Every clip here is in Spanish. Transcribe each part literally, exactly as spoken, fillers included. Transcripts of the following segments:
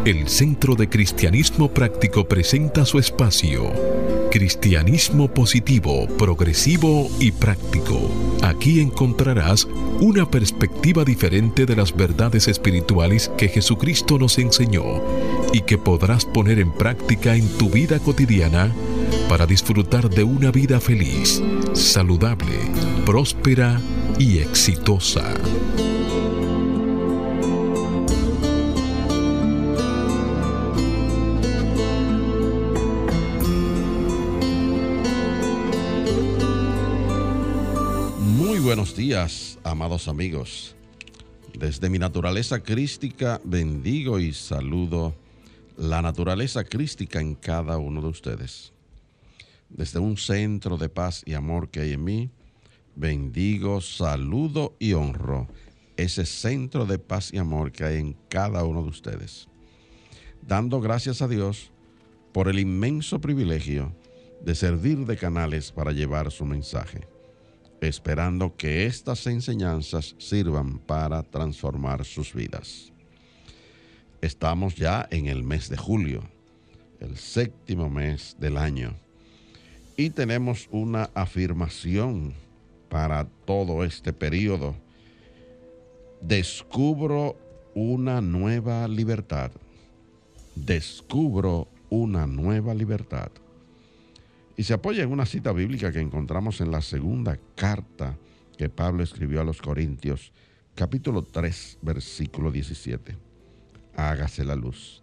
el Centro de Cristianismo Práctico presenta su espacio Cristianismo Positivo, Progresivo y Práctico. Aquí encontrarás una perspectiva diferente de las verdades espirituales que Jesucristo nos enseñó y que podrás poner en práctica en tu vida cotidiana para disfrutar de una vida feliz, saludable, próspera y exitosa. Buenos días, amados amigos. Desde mi naturaleza crística bendigo y saludo la naturaleza crística en cada uno de ustedes. Desde un centro de paz y amor que hay en mí, bendigo, saludo y honro ese centro de paz y amor que hay en cada uno de ustedes. Dando gracias a Dios por el inmenso privilegio de servir de canales para llevar su mensaje, esperando que estas enseñanzas sirvan para transformar sus vidas. Estamos ya en el mes de julio, el séptimo mes del año, y tenemos una afirmación para todo este periodo. Descubro una nueva libertad. Descubro una nueva libertad. Y se apoya en una cita bíblica que encontramos en la segunda carta que Pablo escribió a los Corintios, capítulo tres, versículo diecisiete. Hágase la luz.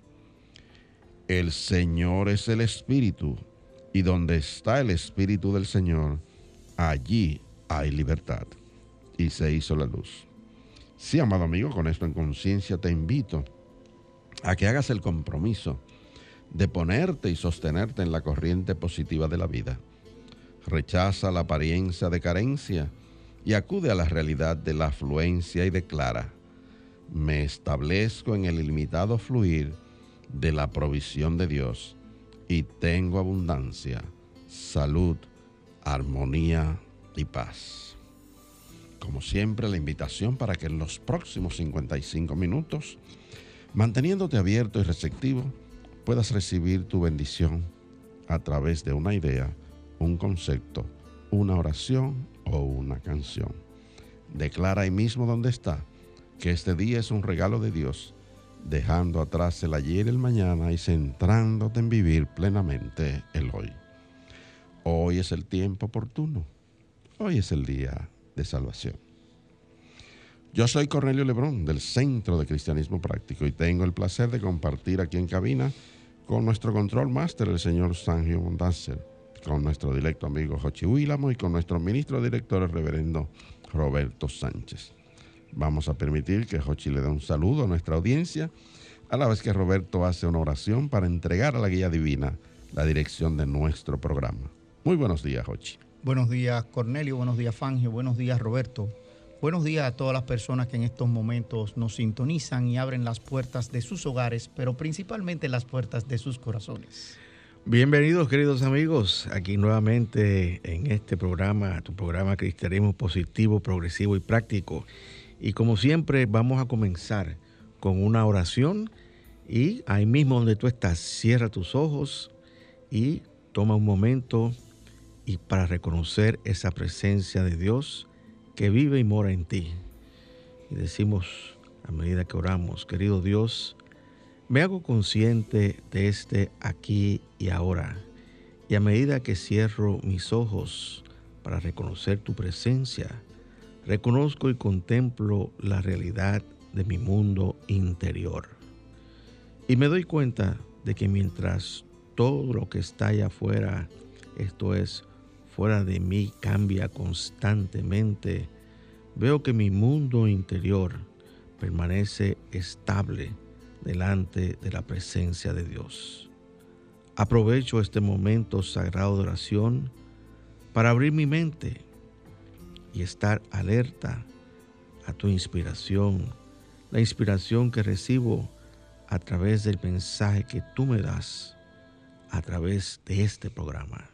El Señor es el Espíritu, y donde está el Espíritu del Señor, allí hay libertad. Y se hizo la luz. Sí, amado amigo, con esto en conciencia te invito a que hagas el compromiso de ponerte y sostenerte en la corriente positiva de la vida. Rechaza la apariencia de carencia y acude a la realidad de la afluencia y declara: me establezco en el ilimitado fluir de la provisión de Dios y tengo abundancia, salud, armonía y paz. Como siempre, la invitación para que en los próximos cincuenta y cinco minutos, manteniéndote abierto y receptivo, puedas recibir tu bendición a través de una idea, un concepto, una oración o una canción. Declara ahí mismo donde está que este día es un regalo de Dios, dejando atrás el ayer y el mañana y centrándote en vivir plenamente el hoy. Hoy es el tiempo oportuno. Hoy es el día de salvación. Yo soy Cornelio Lebrón del Centro de Cristianismo Práctico y tengo el placer de compartir aquí en cabina con nuestro control máster, el señor Sangio Mondácer, con nuestro directo amigo Jochi Huílamo y con nuestro ministro director, el reverendo Roberto Sánchez. Vamos a permitir que Jochi le dé un saludo a nuestra audiencia, a la vez que Roberto hace una oración para entregar a la guía divina la dirección de nuestro programa. Muy buenos días, Jochi. Buenos días, Cornelio. Buenos días, Fangio. Buenos días, Roberto. Buenos días a todas las personas que en estos momentos nos sintonizan y abren las puertas de sus hogares, pero principalmente las puertas de sus corazones. Bienvenidos, queridos amigos, aquí nuevamente en este programa, tu programa Cristianismo Positivo, Progresivo y Práctico. Y como siempre, vamos a comenzar con una oración y ahí mismo donde tú estás, cierra tus ojos y toma un momento y para reconocer esa presencia de Dios que vive y mora en ti. Y decimos a medida que oramos: querido Dios, me hago consciente de este aquí y ahora. Y a medida que cierro mis ojos para reconocer tu presencia, reconozco y contemplo la realidad de mi mundo interior. Y me doy cuenta de que mientras todo lo que está allá afuera, esto es, fuera de mí, cambia constantemente, veo que mi mundo interior permanece estable delante de la presencia de Dios. Aprovecho este momento sagrado de oración para abrir mi mente y estar alerta a tu inspiración, la inspiración que recibo a través del mensaje que tú me das a través de este programa.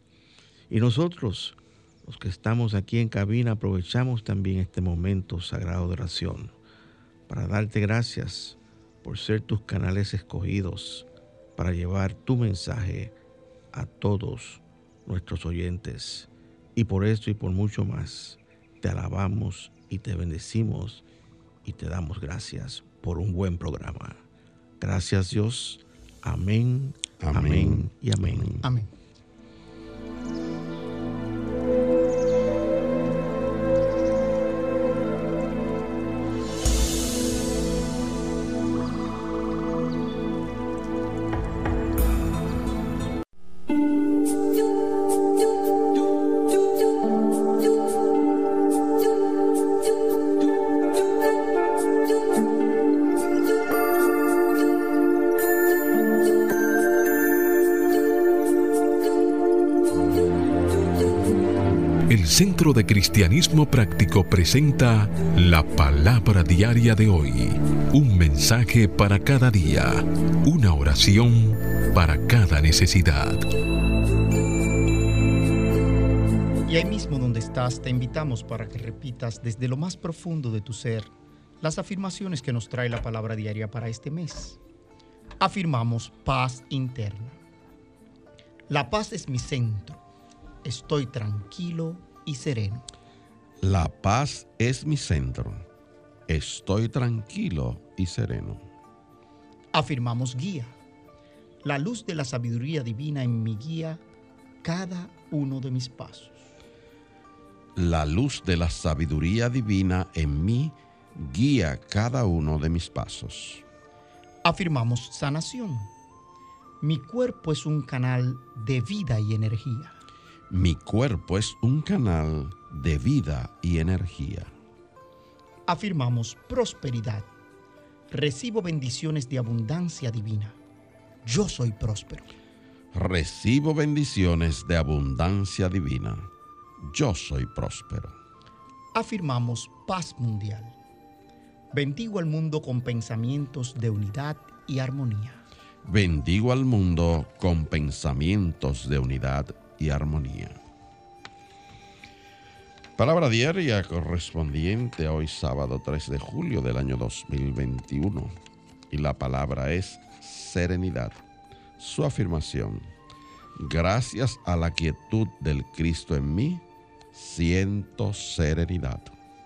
Y nosotros, los que estamos aquí en cabina, aprovechamos también este momento sagrado de oración para darte gracias por ser tus canales escogidos para llevar tu mensaje a todos nuestros oyentes. Y por esto y por mucho más, te alabamos y te bendecimos y te damos gracias por un buen programa. Gracias, Dios. Amén, amén, amén y amén. Amén. El Centro de Cristianismo Práctico presenta la Palabra Diaria de hoy. Un mensaje para cada día. Una oración para cada necesidad. Y ahí mismo donde estás, te invitamos para que repitas desde lo más profundo de tu ser las afirmaciones que nos trae la Palabra Diaria para este mes. Afirmamos paz interna. La paz es mi centro. Estoy tranquilo y sereno. La paz es mi centro. Estoy tranquilo y sereno. Afirmamos guía. La luz de la sabiduría divina en mi guía cada uno de mis pasos. La luz de la sabiduría divina en mí guía cada uno de mis pasos. Afirmamos sanación. Mi cuerpo es un canal de vida y energía. Mi cuerpo es un canal de vida y energía. Afirmamos prosperidad. Recibo bendiciones de abundancia divina. Yo soy próspero. Recibo bendiciones de abundancia divina. Yo soy próspero. Afirmamos paz mundial. Bendigo al mundo con pensamientos de unidad y armonía. Bendigo al mundo con pensamientos de unidad y armonía. Palabra diaria correspondiente a hoy sábado tres de julio del año dos mil veintiuno. Y la palabra es serenidad. Su afirmación: gracias a la quietud del Cristo en mí, siento serenidad.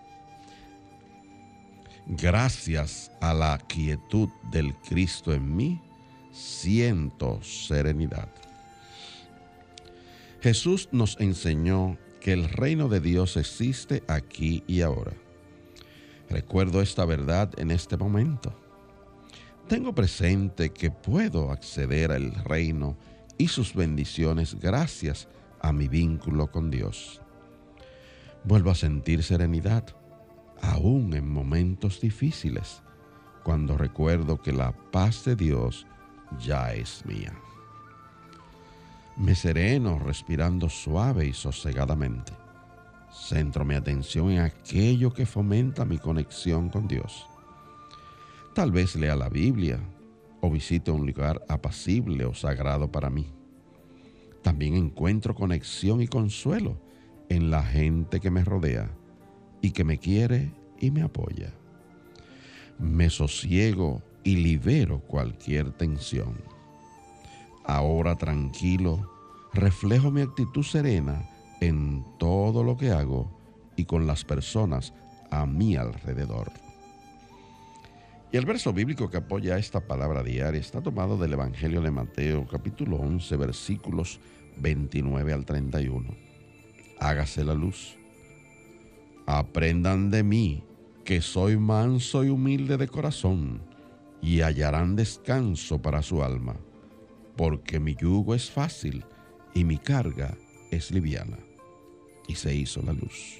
Gracias a la quietud del Cristo en mí, siento serenidad. Jesús nos enseñó que el reino de Dios existe aquí y ahora. Recuerdo esta verdad en este momento. Tengo presente que puedo acceder al reino y sus bendiciones gracias a mi vínculo con Dios. Vuelvo a sentir serenidad, aún en momentos difíciles, cuando recuerdo que la paz de Dios ya es mía. Me sereno respirando suave y sosegadamente. Centro mi atención en aquello que fomenta mi conexión con Dios. Tal vez lea la Biblia o visite un lugar apacible o sagrado para mí. También encuentro conexión y consuelo en la gente que me rodea y que me quiere y me apoya. Me sosiego y libero cualquier tensión. Ahora tranquilo, reflejo mi actitud serena en todo lo que hago y con las personas a mi alrededor. Y el verso bíblico que apoya esta palabra diaria está tomado del Evangelio de Mateo, capítulo once, versículos veintinueve al treinta y uno. Hágase la luz. Aprendan de mí, que soy manso y humilde de corazón, y hallarán descanso para su alma. Porque mi yugo es fácil y mi carga es liviana. Y se hizo la luz.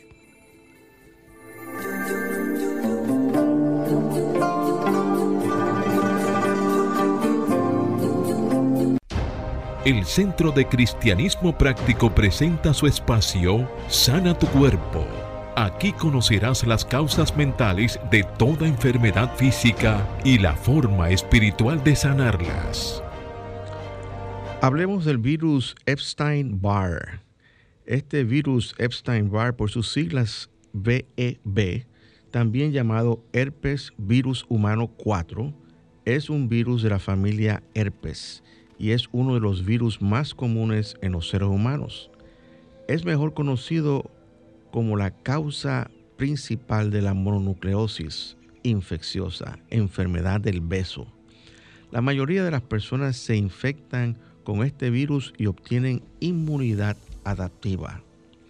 El Centro de Cristianismo Práctico presenta su espacio Sana tu Cuerpo. Aquí conocerás las causas mentales de toda enfermedad física y la forma espiritual de sanarlas. Hablemos del virus Epstein-Barr. Este virus Epstein-Barr, por sus siglas V E B, también llamado herpes virus humano cuatro, es un virus de la familia herpes y es uno de los virus más comunes en los seres humanos. Es mejor conocido como la causa principal de la mononucleosis infecciosa, enfermedad del beso. La mayoría de las personas se infectan con este virus y obtienen inmunidad adaptiva.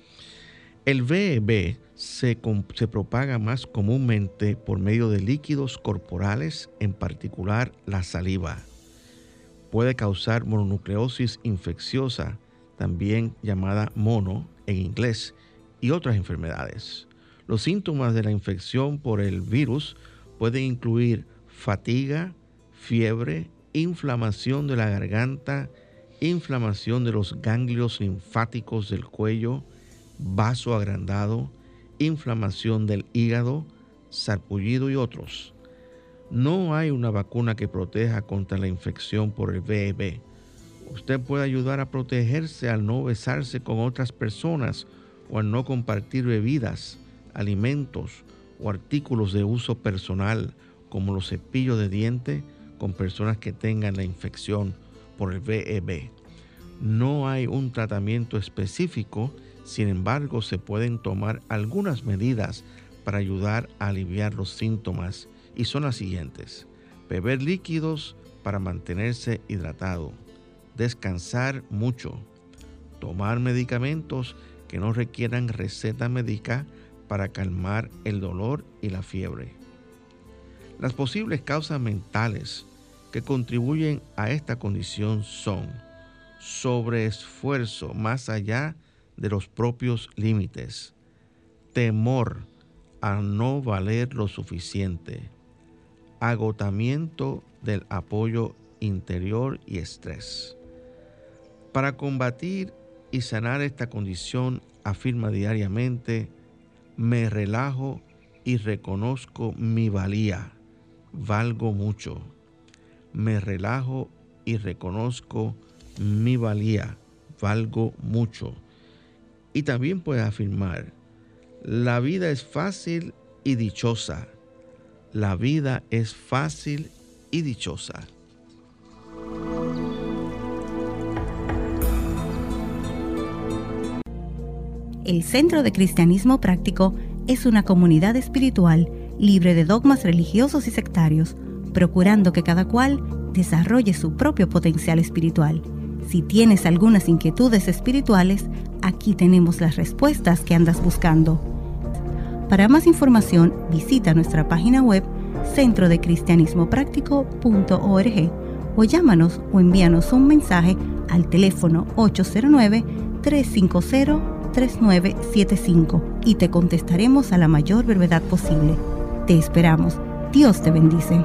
El V E B se, se propaga más comúnmente por medio de líquidos corporales, en particular la saliva. Puede causar mononucleosis infecciosa, también llamada mono en inglés, y otras enfermedades. Los síntomas de la infección por el virus pueden incluir fatiga, fiebre, inflamación de la garganta, inflamación de los ganglios linfáticos del cuello, vaso agrandado, inflamación del hígado, sarpullido y otros. No hay una vacuna que proteja contra la infección por el V E B. Usted puede ayudar a protegerse al no besarse con otras personas o al no compartir bebidas, alimentos o artículos de uso personal como los cepillos de dientes con personas que tengan la infección por el V E B. No hay un tratamiento específico, sin embargo, se pueden tomar algunas medidas para ayudar a aliviar los síntomas y son las siguientes: beber líquidos para mantenerse hidratado, descansar mucho, tomar medicamentos que no requieran receta médica para calmar el dolor y la fiebre. Las posibles causas mentales que contribuyen a esta condición son sobreesfuerzo más allá de los propios límites, temor a no valer lo suficiente, agotamiento del apoyo interior y estrés. Para combatir y sanar esta condición, afirma diariamente: me relajo y reconozco mi valía, valgo mucho. Me relajo y reconozco mi valía, valgo mucho. Y también puede afirmar: la vida es fácil y dichosa. La vida es fácil y dichosa. El Centro de Cristianismo Práctico es una comunidad espiritual libre de dogmas religiosos y sectarios, procurando que cada cual desarrolle su propio potencial espiritual. Si tienes algunas inquietudes espirituales, aquí tenemos las respuestas que andas buscando. Para más información, visita nuestra página web centro de cristianismo práctico punto org o llámanos o envíanos un mensaje al teléfono ocho cero nueve, tres cinco cero, tres nueve siete cinco y te contestaremos a la mayor brevedad posible. Te esperamos. Dios te bendice.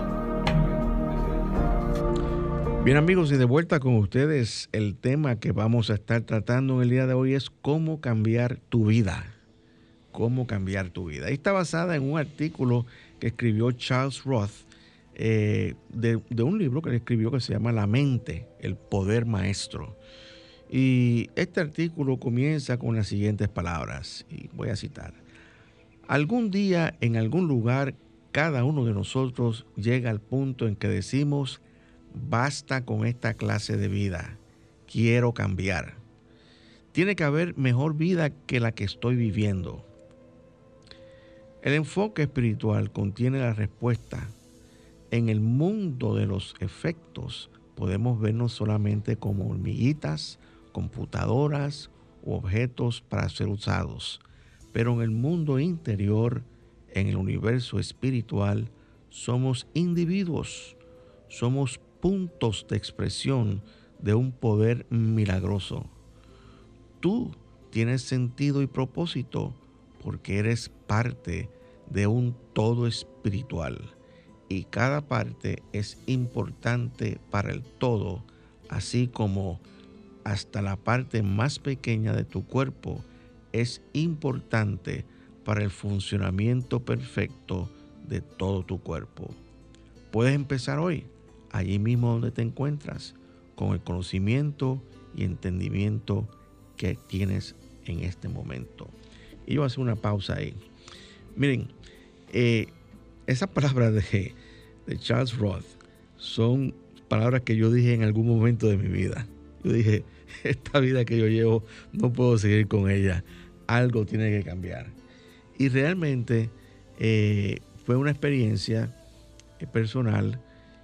Bien, amigos, y de vuelta con ustedes, el tema que vamos a estar tratando en el día de hoy es cómo cambiar tu vida. Cómo cambiar tu vida. Y está basada en un artículo que escribió Charles Roth eh, de, de un libro que él escribió que se llama La mente, el poder maestro. Y este artículo comienza con las siguientes palabras, y voy a citar: algún día, en algún lugar, cada uno de nosotros llega al punto en que decimos: basta con esta clase de vida, quiero cambiar. Tiene que haber mejor vida que la que estoy viviendo. El enfoque espiritual contiene la respuesta. En el mundo de los efectos podemos vernos solamente como hormiguitas, computadoras u objetos para ser usados. Pero en el mundo interior, en el universo espiritual, somos individuos, somos puntos de expresión de un poder milagroso. Tú tienes sentido y propósito porque eres parte de un todo espiritual y cada parte es importante para el todo, así como hasta la parte más pequeña de tu cuerpo es importante para el funcionamiento perfecto de todo tu cuerpo. Puedes empezar hoy, allí mismo donde te encuentras, con el conocimiento y entendimiento que tienes en este momento. Y yo voy a hacer una pausa ahí. Miren, eh, esa palabra de, de Charles Roth son palabras que yo dije en algún momento de mi vida. Yo dije, esta vida que yo llevo, no puedo seguir con ella. Algo tiene que cambiar. Y realmente eh, fue una experiencia eh, personal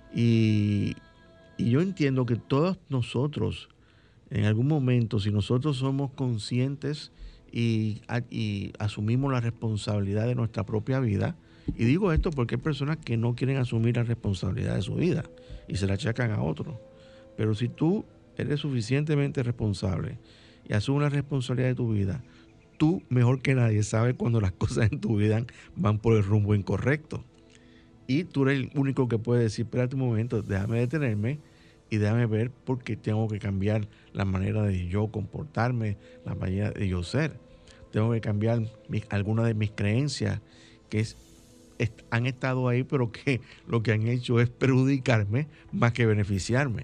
y, y yo entiendo que todos nosotros, en algún momento, si nosotros somos conscientes y, y asumimos la responsabilidad de nuestra propia vida, y digo esto porque hay personas que no quieren asumir la responsabilidad de su vida y se la achacan a otros. Pero si tú eres suficientemente responsable y asumes la responsabilidad de tu vida, tú mejor que nadie sabes cuando las cosas en tu vida van por el rumbo incorrecto. Y tú eres el único que puede decir, espérate un momento, déjame detenerme y déjame ver por qué tengo que cambiar la manera de yo comportarme, la manera de yo ser. Tengo que cambiar mi, algunas de mis creencias que es, es, han estado ahí, pero que lo que han hecho es perjudicarme más que beneficiarme.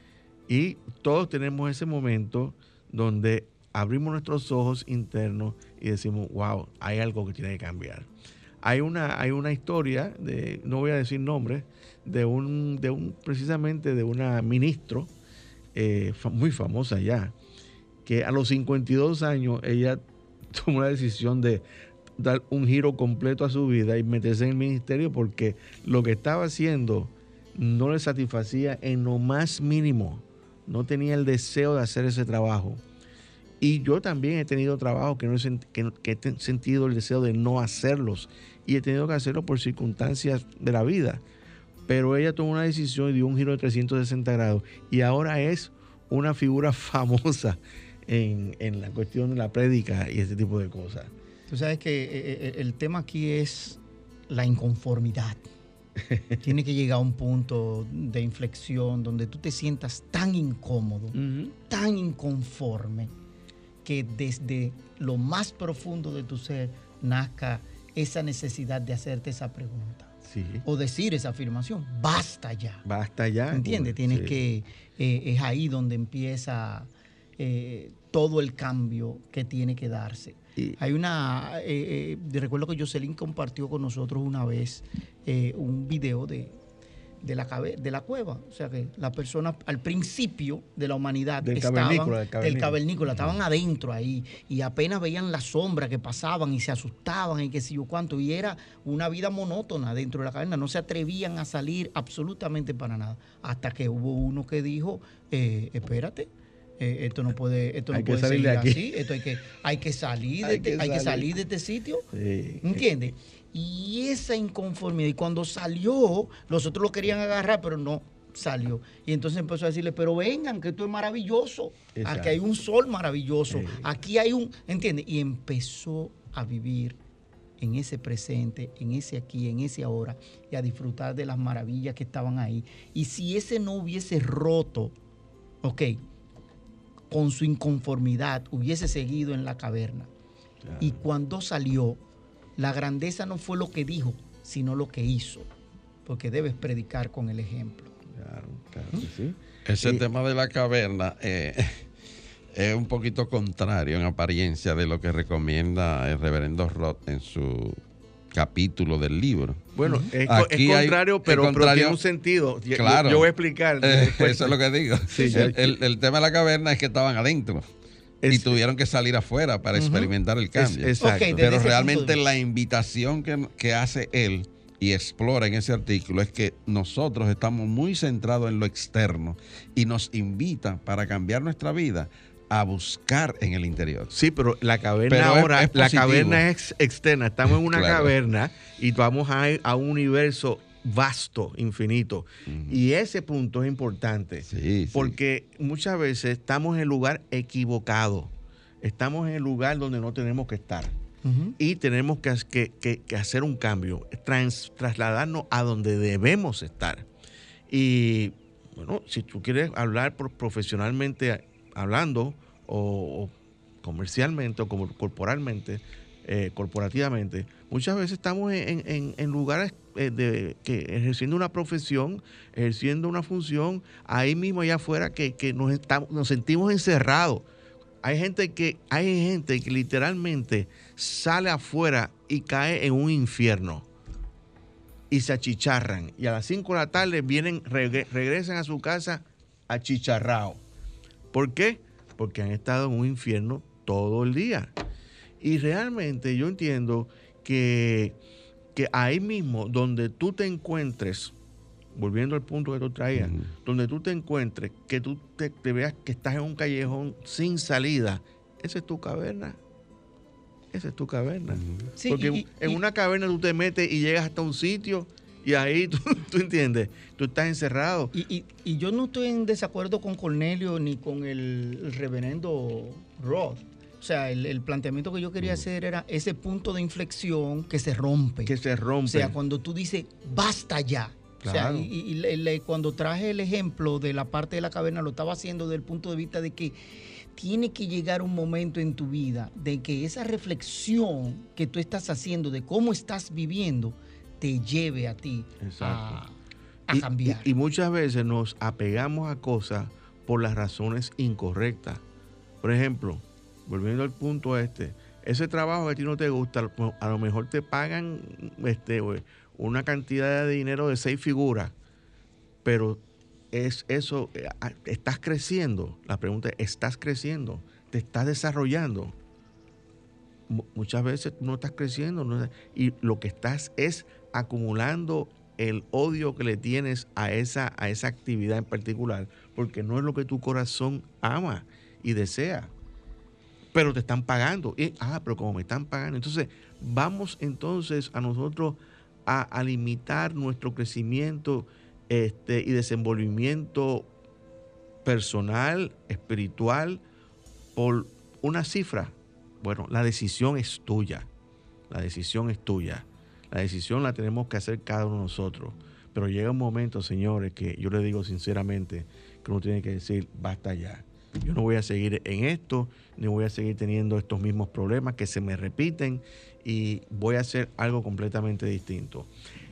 Y todos tenemos ese momento donde abrimos nuestros ojos internos y decimos, wow, hay algo que tiene que cambiar. Hay una, hay una historia, de, no voy a decir nombres, de un, de un, precisamente de una ministro eh, muy famosa ya, que a los cincuenta y dos años ella tomó la decisión de dar un giro completo a su vida y meterse en el ministerio porque lo que estaba haciendo no le satisfacía en lo más mínimo. No tenía el deseo de hacer ese trabajo. Y yo también he tenido trabajos que, no he, que, que he sentido el deseo de no hacerlos. Y he tenido que hacerlo por circunstancias de la vida. Pero ella tomó una decisión y dio un giro de trescientos sesenta grados. Y ahora es una figura famosa en, en la cuestión de la prédica y ese tipo de cosas. Tú sabes que eh, el tema aquí es la inconformidad. Tiene que llegar a un punto de inflexión donde tú te sientas tan incómodo, uh-huh. tan inconforme, que desde lo más profundo de tu ser nazca esa necesidad de hacerte esa pregunta. Sí. O decir esa afirmación, basta ya. Basta ya. ¿Entiendes? Bueno, Tienes sí. que, eh, es ahí donde empieza eh, todo el cambio que tiene que darse. Y hay una, eh, eh, recuerdo que Jocelyn compartió con nosotros una vez eh, un video de, de, la cabe, de la cueva. O sea que las personas al principio de la humanidad del estaban, cavernícola, del cavernícola, del cavernícola estaban adentro ahí y apenas veían la sombra que pasaban y se asustaban y qué sé yo cuánto. Y era una vida monótona dentro de la caverna. No se atrevían a salir absolutamente para nada. Hasta que hubo uno que dijo, eh, espérate. Eh, esto no puede, esto no puede seguir así. Esto hay que, hay que salir, de hay, este, que hay que salir de este sitio. Sí. ¿Entiendes? Y esa inconformidad. Y cuando salió, los otros lo querían agarrar, pero no salió. Y entonces empezó a decirle, pero vengan, que esto es maravilloso. Exacto. Aquí hay un sol maravilloso. Sí. Aquí hay un, ¿entiendes? Y empezó a vivir en ese presente, en ese aquí, en ese ahora, y a disfrutar de las maravillas que estaban ahí. Y si ese no hubiese roto, ok, con su inconformidad, hubiese seguido en la caverna. Claro. Y cuando salió, la grandeza no fue lo que dijo, sino lo que hizo. Porque debes predicar con el ejemplo. Claro, claro que sí. Ese y, tema de la caverna eh, es un poquito contrario en apariencia de lo que recomienda el reverendo Roth en su capítulo del libro. Bueno, es, es contrario, hay, pero, contrario, pero tiene un sentido. Claro. Yo, yo voy a explicar. Eh, eso es lo que digo. Sí, el, el, el tema de la caverna es que estaban adentro es, y tuvieron que salir afuera para uh-huh. experimentar el cambio. Es, exacto. Okay, pero realmente la invitación que, que hace él y explora en ese artículo es que nosotros estamos muy centrados en lo externo y nos invita para cambiar nuestra vida a buscar en el interior. Sí, pero la caverna pero ahora, es, es la caverna es externa. Estamos en una claro. caverna y vamos a ir a un universo vasto, infinito. Uh-huh. Y ese punto es importante. Sí, porque sí. muchas veces estamos en el lugar equivocado. Estamos en el lugar donde no tenemos que estar. Uh-huh. Y tenemos que, que, que, que hacer un cambio, trans, trasladarnos a donde debemos estar. Y bueno, si tú quieres hablar por, profesionalmente hablando o, o comercialmente o como corporalmente, eh, corporativamente, muchas veces estamos en, en, en lugares eh, de, que ejerciendo una profesión, ejerciendo una función, ahí mismo allá afuera que, que nos, estamos, nos sentimos encerrados. Hay gente que, hay gente que literalmente sale afuera y cae en un infierno. y se achicharran. Y a las cinco de la tarde vienen, regre- regresan a su casa achicharrados. ¿Por qué? Porque han estado en un infierno todo el día. Y realmente yo entiendo que, que ahí mismo, donde tú te encuentres, volviendo al punto que tú traías, uh-huh. donde tú te encuentres, que tú te, te veas que estás en un callejón sin salida, esa es tu caverna. Esa es tu caverna. Uh-huh. Sí, Porque y, en y, una caverna tú te metes y llegas hasta un sitio y ahí tú, tú entiendes, tú estás encerrado. Y, y, y yo no estoy en desacuerdo con Cornelio ni con el, el reverendo Roth. O sea, el, el planteamiento que yo quería uh-huh. hacer era ese punto de inflexión que se rompe. Que se rompe. O sea, cuando tú dices, basta ya. Claro. O sea, y, y le, le, cuando traje el ejemplo de la parte de la caverna, lo estaba haciendo desde el punto de vista de que tiene que llegar un momento en tu vida de que esa reflexión que tú estás haciendo de cómo estás viviendo te lleve a ti a, a y, cambiar. Y, y muchas veces nos apegamos a cosas por las razones incorrectas. Por ejemplo, volviendo al punto este, ese trabajo que a ti no te gusta, a lo mejor te pagan este, una cantidad de dinero de seis figuras, pero es eso, estás creciendo. La pregunta es, ¿estás creciendo? ¿Te estás desarrollando? Muchas veces no estás creciendo, no, y lo que estás es acumulando el odio que le tienes a esa, a esa actividad en particular, porque no es lo que tu corazón ama y desea, pero te están pagando. Y, ah, pero como me están pagando, entonces vamos entonces a nosotros a, a limitar nuestro crecimiento Este, y desenvolvimiento personal, espiritual, por una cifra. Bueno, la decisión es tuya. La decisión es tuya. La decisión la tenemos que hacer cada uno de nosotros. Pero llega un momento, señores, que yo les digo sinceramente que uno tiene que decir, basta ya. Yo no voy a seguir en esto, ni voy a seguir teniendo estos mismos problemas que se me repiten, y voy a hacer algo completamente distinto.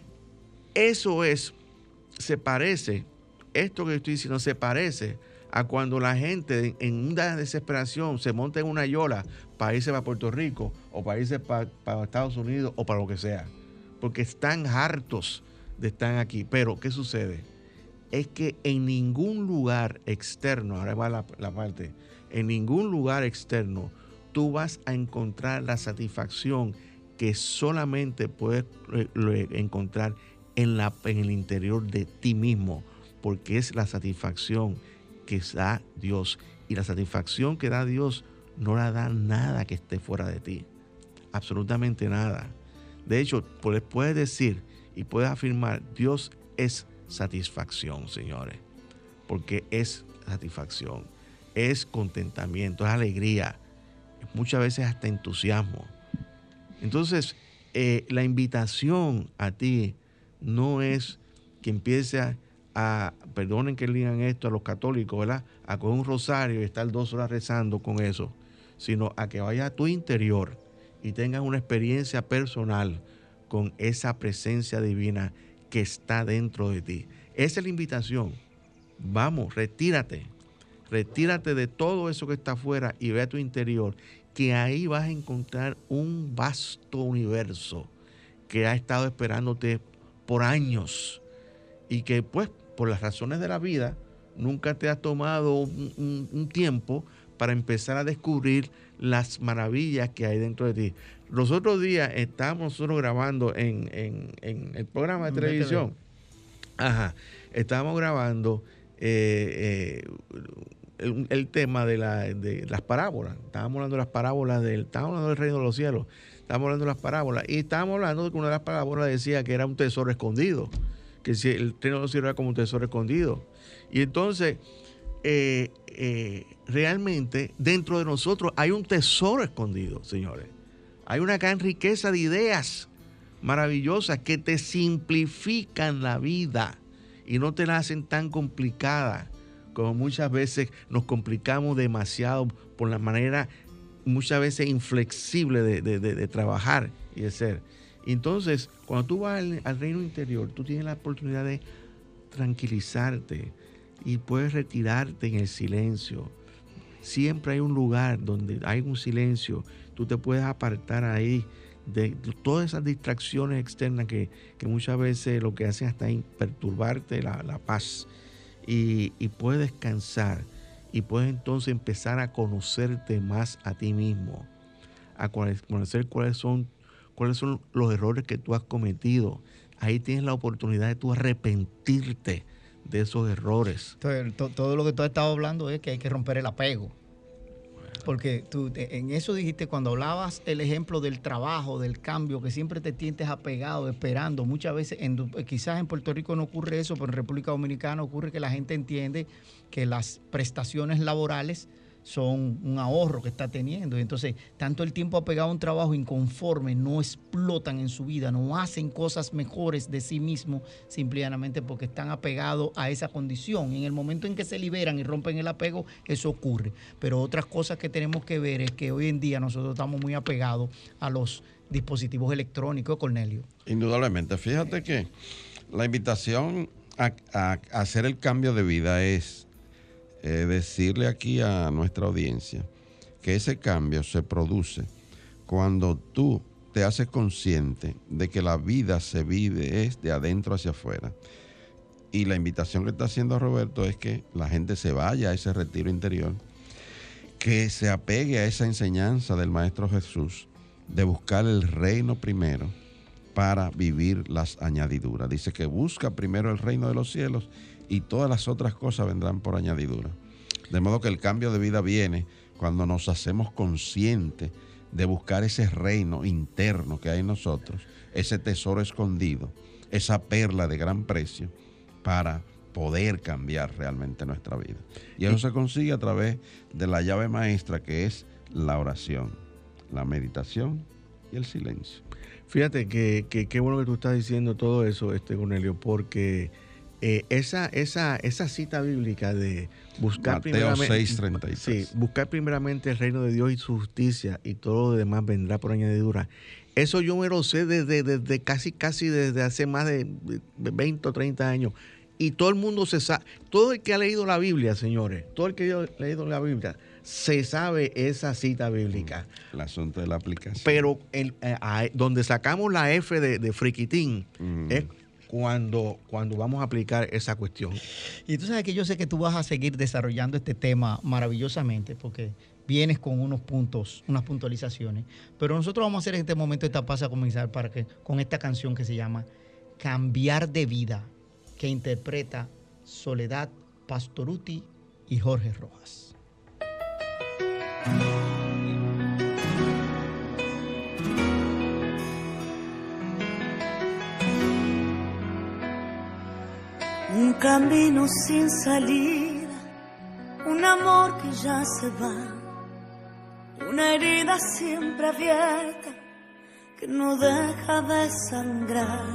Eso es... se parece, esto que estoy diciendo se parece a cuando la gente en una desesperación se monta en una yola para irse para Puerto Rico o para irse para, para Estados Unidos o para lo que sea, porque están hartos de estar aquí. Pero ¿qué sucede? Es que en ningún lugar externo, ahora va la, la parte, en ningún lugar externo tú vas a encontrar la satisfacción que solamente puedes eh, encontrar En, la, en el interior de ti mismo, porque es la satisfacción que da Dios, y la satisfacción que da Dios no la da nada que esté fuera de ti, absolutamente nada. De hecho, puedes decir y puedes afirmar, Dios es satisfacción, señores, porque es satisfacción, es contentamiento, es alegría, muchas veces hasta entusiasmo. Entonces, eh, la invitación a ti no es que empiece a, a, perdonen que digan esto a los católicos, ¿verdad?, a coger un rosario y estar dos horas rezando con eso, sino a que vayas a tu interior y tengas una experiencia personal con esa presencia divina que está dentro de ti. Esa es la invitación. Vamos, retírate, retírate de todo eso que está afuera y ve a tu interior, que ahí vas a encontrar un vasto universo que ha estado esperándote por años, y que pues por las razones de la vida nunca te has tomado un, un, un tiempo para empezar a descubrir las maravillas que hay dentro de ti. Los otros días estábamos nosotros grabando en, en, en el programa de televisión. Ajá, estábamos grabando eh, eh, el, el tema de, la, de las parábolas. Estábamos hablando de las parábolas del, estábamos hablando del reino de los cielos. Estábamos hablando de las parábolas, y estábamos hablando de que una de las parábolas decía que era un tesoro escondido, que si el reino de los cielos era como un tesoro escondido. Y entonces, eh, eh, realmente, dentro de nosotros hay un tesoro escondido, señores. Hay una gran riqueza de ideas maravillosas que te simplifican la vida y no te la hacen tan complicada, como muchas veces nos complicamos demasiado por la manera muchas veces inflexible de, de, de, de trabajar y de ser. Entonces, cuando tú vas al, al reino interior, tú tienes la oportunidad de tranquilizarte y puedes retirarte en el silencio. Siempre hay un lugar donde hay un silencio. Tú te puedes apartar ahí de todas esas distracciones externas que, que muchas veces lo que hacen hasta es perturbarte la, la paz. Y, y puedes descansar y puedes entonces empezar a conocerte más a ti mismo, a conocer cuáles son, cuáles son los errores que tú has cometido. Ahí tienes la oportunidad de tú arrepentirte de esos errores. Entonces, to, todo lo que tú has estado hablando es que hay que romper el apego. Porque tú en eso dijiste cuando hablabas el ejemplo del trabajo, del cambio, que siempre te sientes apegado, esperando. Muchas veces, en, quizás en Puerto Rico no ocurre eso, pero en República Dominicana ocurre que la gente entiende que las prestaciones laborales son un ahorro que está teniendo. Y entonces, tanto el tiempo apegado a un trabajo inconforme, no explotan en su vida, no hacen cosas mejores de sí mismos, simplemente porque están apegados a esa condición. En el momento en que se liberan y rompen el apego, eso ocurre. Pero otras cosas que tenemos que ver es que hoy en día nosotros estamos muy apegados a los dispositivos electrónicos, Cornelio. Indudablemente. Fíjate que la invitación a, a, a hacer el cambio de vida es Eh, decirle aquí a nuestra audiencia que ese cambio se produce cuando tú te haces consciente de que la vida se vive es de adentro hacia afuera. Y la invitación que está haciendo Roberto es que la gente se vaya a ese retiro interior, que se apegue a esa enseñanza del Maestro Jesús de buscar el reino primero para vivir las añadiduras. Dice que busca primero el reino de los cielos y todas las otras cosas vendrán por añadidura. De modo que el cambio de vida viene cuando nos hacemos conscientes de buscar ese reino interno que hay en nosotros, ese tesoro escondido, esa perla de gran precio para poder cambiar realmente nuestra vida. Y eso se consigue a través de la llave maestra que es la oración, la meditación y el silencio. Fíjate que qué bueno que tú estás diciendo todo eso, este Cornelio, porque Eh, esa, esa, esa cita bíblica de buscar Mateo primeramente, seis, treinta y tres. Sí, buscar primeramente el reino de Dios y su justicia y todo lo demás vendrá por añadidura. Eso yo me lo sé desde, desde casi, casi desde hace más de veinte o treinta años. Y todo el mundo se sabe, todo el que ha leído la Biblia, señores, todo el que ha leído la Biblia, se sabe esa cita bíblica. El asunto de la aplicación. Pero el, eh, a, donde sacamos la F de, de friquitín mm. es Cuando, cuando vamos a aplicar esa cuestión. Y tú sabes que yo sé que tú vas a seguir desarrollando este tema maravillosamente porque vienes con unos puntos, unas puntualizaciones. Pero nosotros vamos a hacer en este momento esta pausa comenzar para que, con esta canción que se llama Cambiar de Vida, que interpreta Soledad Pastorutti y Jorge Rojas. Un camino sin salida, un amor que ya se va, una herida siempre abierta que no deja de sangrar.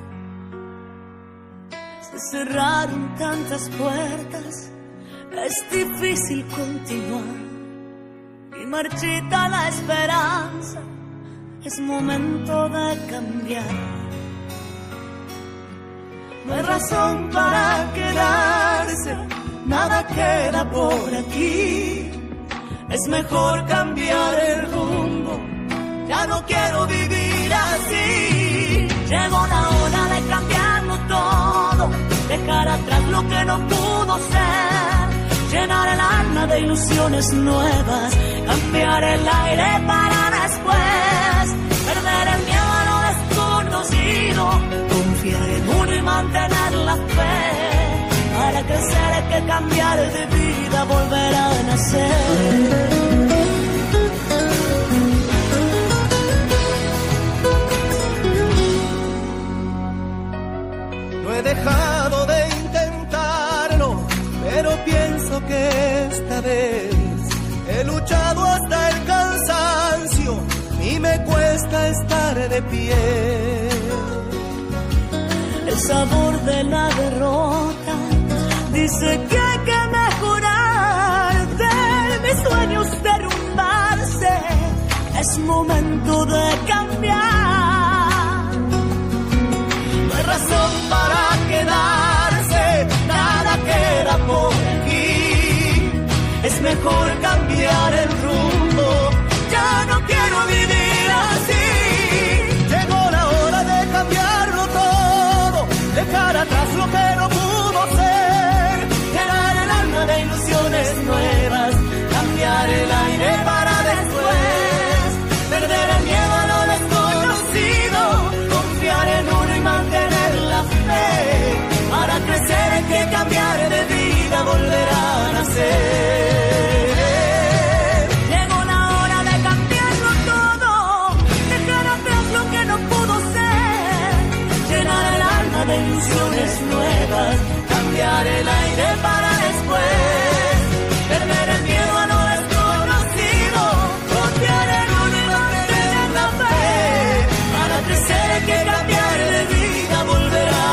Se cerraron tantas puertas, es difícil continuar y marchita la esperanza, es momento de cambiar. No hay razón para quedarse, nada queda por aquí. Es mejor cambiar el rumbo, ya no quiero vivir así. Llegó la hora de cambiarlo todo, dejar atrás lo que no pudo ser, llenar el alma de ilusiones nuevas, cambiar el aire para después, perder el miedo a lo desconocido, confiar en uno y mantener la fe. Para crecer hay que cambiar de vida, volver a nacer. No he dejado de intentarlo, pero pienso que esta vez he luchado hasta el cansancio y me cuesta estar de pie. El sabor de la derrota dice que hay que mejorar, ver mis sueños derrumbarse, es momento de cambiar. No hay razón para quedarse, nada queda por aquí, es mejor cambiar el rumbo, ya no quiero vivir así. llena de ilusiones nuevas, cambiar el aire para después, perder el miedo a lo desconocido, confiar en uno y mantener la fe, para crecer hay que cambiar de vida, volver a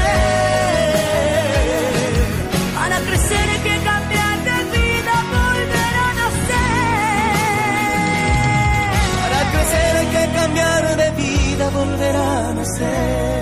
nacer, para crecer hay que cambiar de vida, volver a nacer, para crecer hay que cambiar de vida, volver a nacer.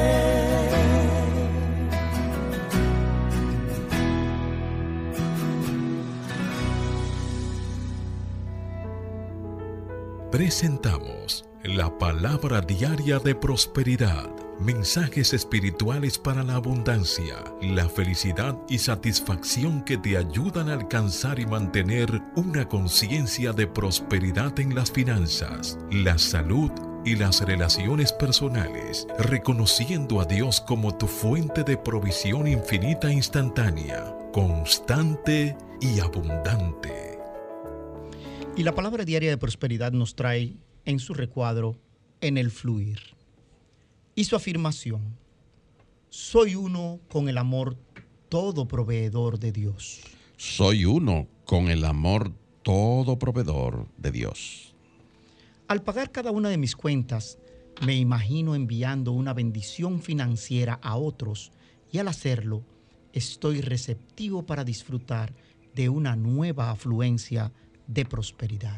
Presentamos la palabra diaria de prosperidad, mensajes espirituales para la abundancia, la felicidad y satisfacción que te ayudan a alcanzar y mantener una conciencia de prosperidad en las finanzas, la salud y las relaciones personales, reconociendo a Dios como tu fuente de provisión infinita e instantánea, constante y abundante. Y la palabra diaria de prosperidad nos trae en su recuadro en el fluir. Y su afirmación: soy uno con el amor todo proveedor de Dios. Soy uno con el amor todo proveedor de Dios. Al pagar cada una de mis cuentas, me imagino enviando una bendición financiera a otros, y al hacerlo, estoy receptivo para disfrutar de una nueva afluencia de prosperidad.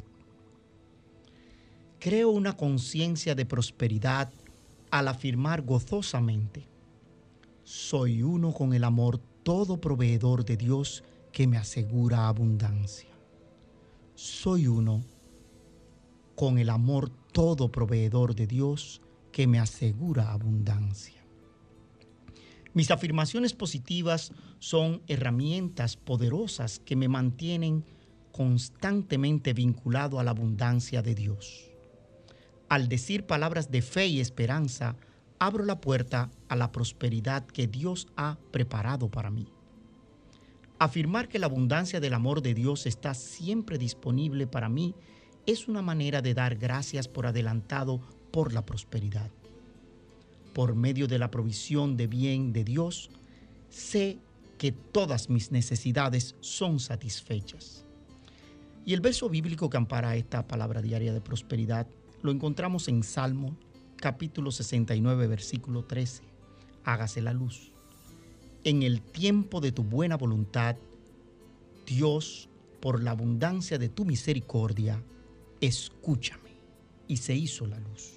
Creo una conciencia de prosperidad al afirmar gozosamente: soy uno con el amor todo proveedor de Dios que me asegura abundancia. Soy uno con el amor todo proveedor de Dios que me asegura abundancia. Mis afirmaciones positivas son herramientas poderosas que me mantienen constantemente vinculado a la abundancia de Dios. Al decir palabras de fe y esperanza, abro la puerta a la prosperidad que Dios ha preparado para mí. Afirmar que la abundancia del amor de Dios está siempre disponible para mí es una manera de dar gracias por adelantado por la prosperidad. Por medio de la provisión de bien de Dios, sé que todas mis necesidades son satisfechas. Y el verso bíblico que ampara esta palabra diaria de prosperidad lo encontramos en Salmo capítulo sesenta y nueve, versículo trece. Hágase la luz. En el tiempo de tu buena voluntad, Dios, por la abundancia de tu misericordia, escúchame. Y se hizo la luz.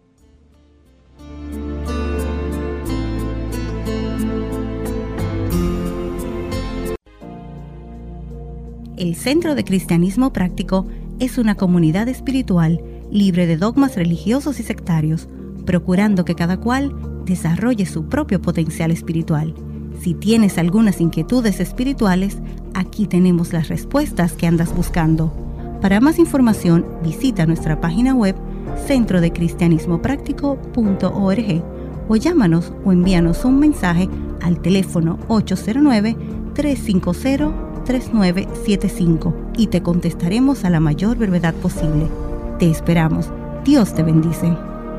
El Centro de Cristianismo Práctico es una comunidad espiritual libre de dogmas religiosos y sectarios, procurando que cada cual desarrolle su propio potencial espiritual. Si tienes algunas inquietudes espirituales, aquí tenemos las respuestas que andas buscando. Para más información, visita nuestra página web centro de cristianismo práctico punto org o llámanos o envíanos un mensaje al teléfono ocho cero nueve, tres cinco cero, tres nueve siete cinco y te contestaremos a la mayor brevedad posible. Te esperamos. Dios te bendice.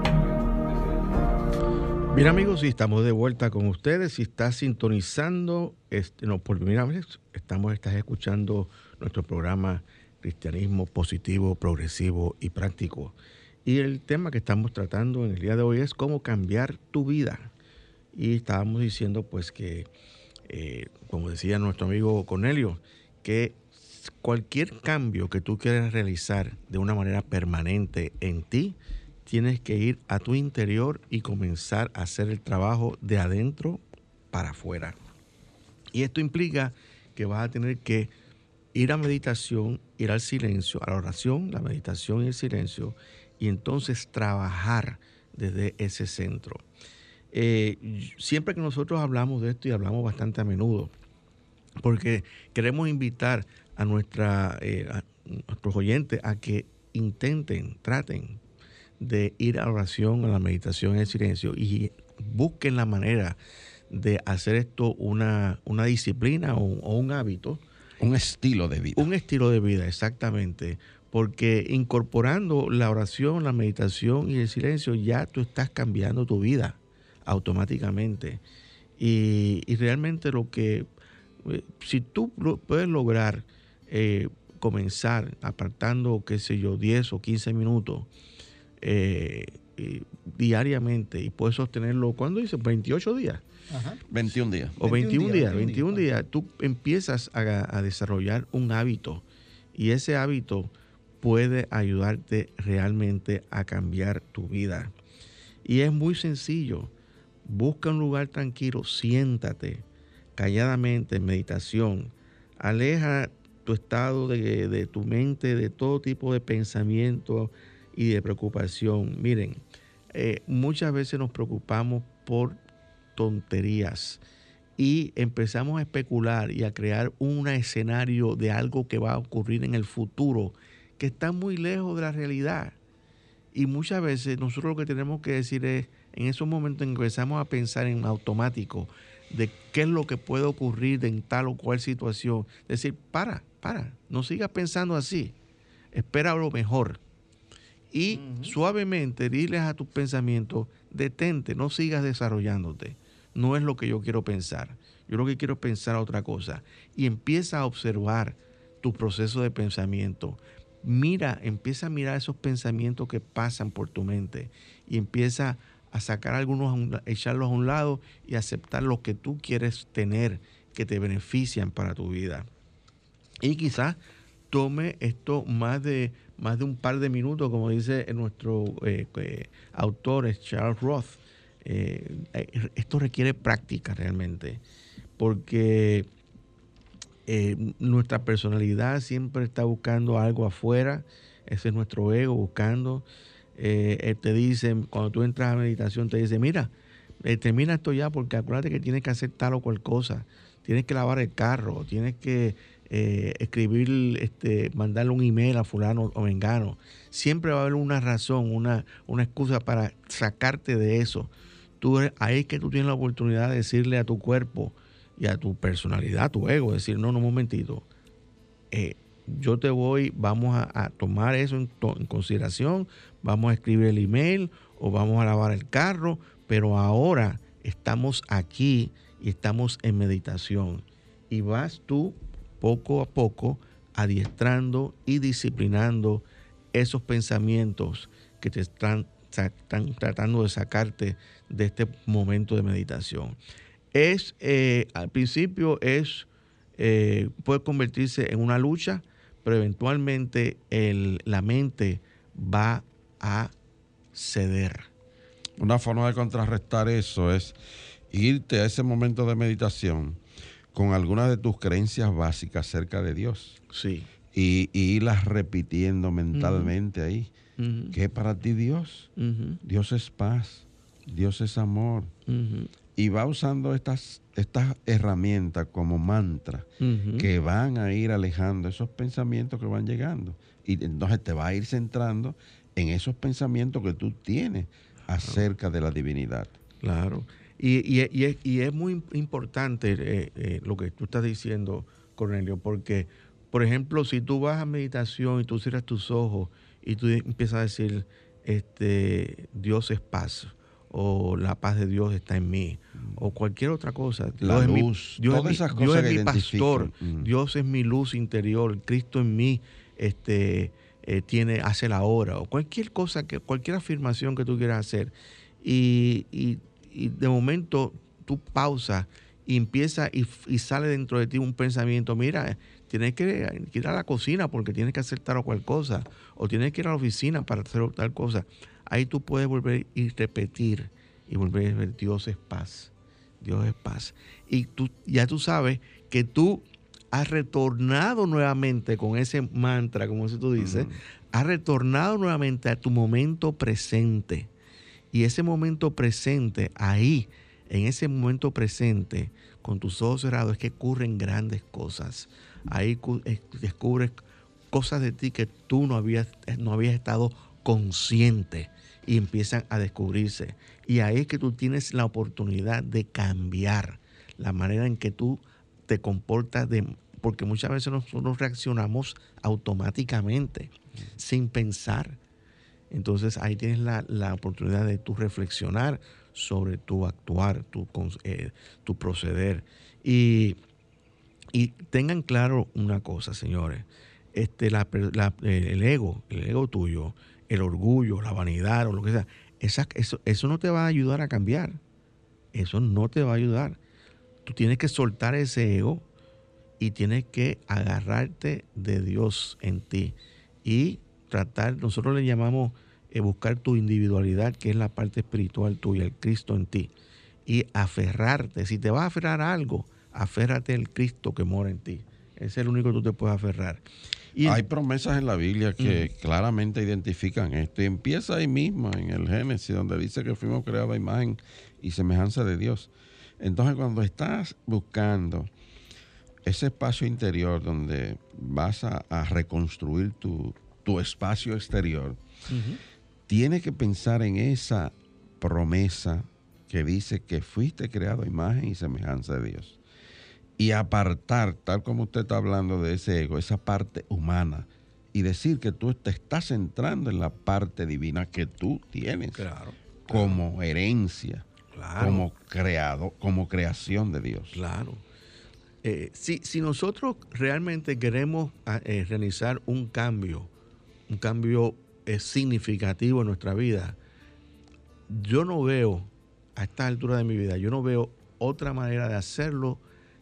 Bien, amigos, si estamos de vuelta con ustedes, si estás sintonizando, este, no, por primera vez estamos, estás escuchando nuestro programa Cristianismo Positivo, Progresivo y Práctico. Y el tema que estamos tratando en el día de hoy es cómo cambiar tu vida. Y estábamos diciendo pues que, eh, como decía nuestro amigo Cornelio, que cualquier cambio que tú quieras realizar de una manera permanente en ti, tienes que ir a tu interior y comenzar a hacer el trabajo de adentro para afuera. Y esto implica que vas a tener que ir a meditación, ir al silencio, a la oración, la meditación y el silencio, y entonces trabajar desde ese centro. Eh, siempre que nosotros hablamos de esto, y hablamos bastante a menudo, porque queremos invitar a, nuestra, eh, a nuestros oyentes a que intenten, traten de ir a la oración, a la meditación y el silencio, y busquen la manera de hacer esto una, una disciplina o, o un hábito. Un estilo de vida. Un estilo de vida, exactamente. Porque incorporando la oración, la meditación y el silencio, ya tú estás cambiando tu vida. automáticamente. Y, y realmente lo que, eh, si tú lo puedes lograr eh, comenzar apartando, qué sé yo, diez o quince minutos eh, eh, diariamente y puedes sostenerlo, ¿cuándo dice? veintiocho días. Ajá. veintiún días. O veintiún días, veintiún días. Tú empiezas a, a desarrollar un hábito y ese hábito puede ayudarte realmente a cambiar tu vida. Y es muy sencillo. Busca un lugar tranquilo, siéntate calladamente en meditación. Aleja tu estado de, de tu mente de todo tipo de pensamiento y de preocupación. Miren, eh, muchas veces nos preocupamos por tonterías y empezamos a especular y a crear un escenario de algo que va a ocurrir en el futuro que está muy lejos de la realidad. Y muchas veces nosotros lo que tenemos que decir es, en esos momentos en que empezamos a pensar en automático de qué es lo que puede ocurrir en tal o cual situación, decir, para, para, no sigas pensando así, espera lo mejor. Y uh-huh. suavemente diles a tus pensamientos, detente, no sigas desarrollándote. No es lo que yo quiero pensar. Yo lo que quiero pensar otra cosa. Y empieza a observar tu proceso de pensamiento. Mira, empieza a mirar esos pensamientos que pasan por tu mente y empieza a sacar algunos, a echarlos a un lado y aceptar lo que tú quieres tener que te benefician para tu vida. Y quizás tome esto más de, más de un par de minutos, como dice nuestro eh, eh, autor Charles Roth. Eh, esto requiere práctica realmente, porque eh, nuestra personalidad siempre está buscando algo afuera. Ese es nuestro ego buscando. Eh, él te dice, cuando tú entras a meditación, te dice, mira, eh, termina esto ya, porque acuérdate que tienes que hacer tal o cual cosa. Tienes que lavar el carro, tienes que eh, escribir, este, mandarle un email a fulano o mengano. Siempre va a haber una razón, una, una excusa para sacarte de eso. Tú, ahí es que tú tienes la oportunidad de decirle a tu cuerpo y a tu personalidad, a tu ego, decir, no, no, un momentito, eh, yo te voy, vamos a, a tomar eso en, to, en consideración, vamos a escribir el email o vamos a lavar el carro, pero ahora estamos aquí y estamos en meditación. Y vas tú poco a poco adiestrando y disciplinando esos pensamientos que te están, están tratando de sacarte de este momento de meditación. Es, eh, al principio es, eh, puede convertirse en una lucha, pero eventualmente el, la mente va a ceder. Una forma de contrarrestar eso es irte a ese momento de meditación con algunas de tus creencias básicas acerca de Dios. Sí. Y, y irlas repitiendo mentalmente uh-huh. ahí. Uh-huh. ¿Qué es para ti Dios? Uh-huh. Dios es paz. Dios es amor. Uh-huh. Y va usando estas, estas herramientas como mantra uh-huh. que van a ir alejando esos pensamientos que van llegando. Y entonces te va a ir centrando en esos pensamientos que tú tienes acerca de la divinidad. Claro. Y, y, y, es, y es muy importante eh, eh, lo que tú estás diciendo, Cornelio, porque, por ejemplo, si tú vas a meditación y tú cierras tus ojos y tú empiezas a decir, este, Dios es paz, o la paz de Dios está en mí, mm. o cualquier otra cosa. La Dios luz, es mi, Dios todas es esas mi, cosas Dios que es mi pastor, mm. Dios es mi luz interior, Cristo en mí este, eh, tiene, hace la obra, o cualquier cosa, que cualquier afirmación que tú quieras hacer. Y, y, y de momento tú pausas y empieza y, y sale dentro de ti un pensamiento, mira, tienes que ir a la cocina porque tienes que hacer tal o cual cosa, o tienes que ir a la oficina para hacer tal cosa. Ahí tú puedes volver y repetir y volver a ver, Dios es paz, Dios es paz. Y tú ya tú sabes que tú has retornado nuevamente con ese mantra, como si tú dices, uh-huh. has retornado nuevamente a tu momento presente. Y ese momento presente, ahí, en ese momento presente, con tus ojos cerrados, es que ocurren grandes cosas. Ahí descubres cosas de ti que tú no habías, no habías estado consciente y empiezan a descubrirse. Y ahí es que tú tienes la oportunidad de cambiar la manera en que tú te comportas, de, porque muchas veces nosotros reaccionamos automáticamente, sin pensar. Entonces ahí tienes la, la oportunidad de tú reflexionar sobre tu actuar, tu, eh, tu proceder. Y, y tengan claro una cosa, señores. Este, la, la, el ego, el ego tuyo, el orgullo, la vanidad o lo que sea, esa, eso, eso no te va a ayudar a cambiar. Eso no te va a ayudar. Tú tienes que soltar ese ego y tienes que agarrarte de Dios en ti y tratar, nosotros le llamamos eh, buscar tu individualidad, que es la parte espiritual tuya, el Cristo en ti, y aferrarte. Si te vas a aferrar a algo, aférrate al Cristo que mora en ti. Ese es el único que tú te puedes aferrar. Y hay promesas en la Biblia que uh-huh. claramente identifican esto. Y empieza ahí mismo en el Génesis, donde dice que fuimos creados a imagen y semejanza de Dios. Entonces, cuando estás buscando ese espacio interior donde vas a, a reconstruir tu, tu espacio exterior, uh-huh. tienes que pensar en esa promesa que dice que fuiste creado a imagen y semejanza de Dios. Y apartar, tal como usted está hablando de ese ego, esa parte humana, y decir que tú te estás centrando en la parte divina que tú tienes claro, como claro. herencia, claro. como creado, como creación de Dios. Claro. Eh, si, si nosotros realmente queremos eh, realizar un cambio, un cambio eh, significativo en nuestra vida, yo no veo, a esta altura de mi vida, yo no veo otra manera de hacerlo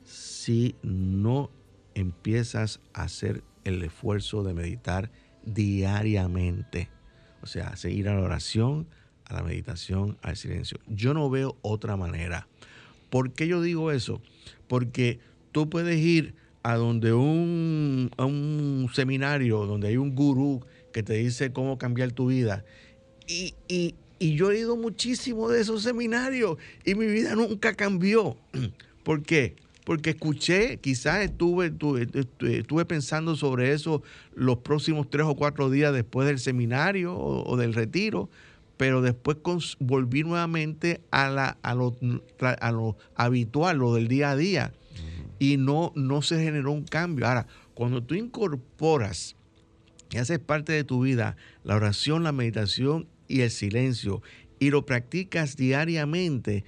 si no empiezas a hacer el esfuerzo de meditar diariamente. O sea, seguir a la oración, a la meditación, al silencio. Yo no veo otra manera. ¿Por qué yo digo eso? Porque tú puedes ir a donde un, a un seminario, donde hay un gurú que te dice cómo cambiar tu vida. Y, y, y yo he ido muchísimo de esos seminarios y mi vida nunca cambió. ¿Por qué? Porque escuché, quizás estuve, estuve, estuve pensando sobre eso los próximos tres o cuatro días después del seminario o, o del retiro, pero después cons- volví nuevamente a, la, a, lo, a lo habitual, lo del día a día, uh-huh. y no, no se generó un cambio. Ahora, cuando tú incorporas y haces parte de tu vida la oración, la meditación y el silencio, y lo practicas diariamente,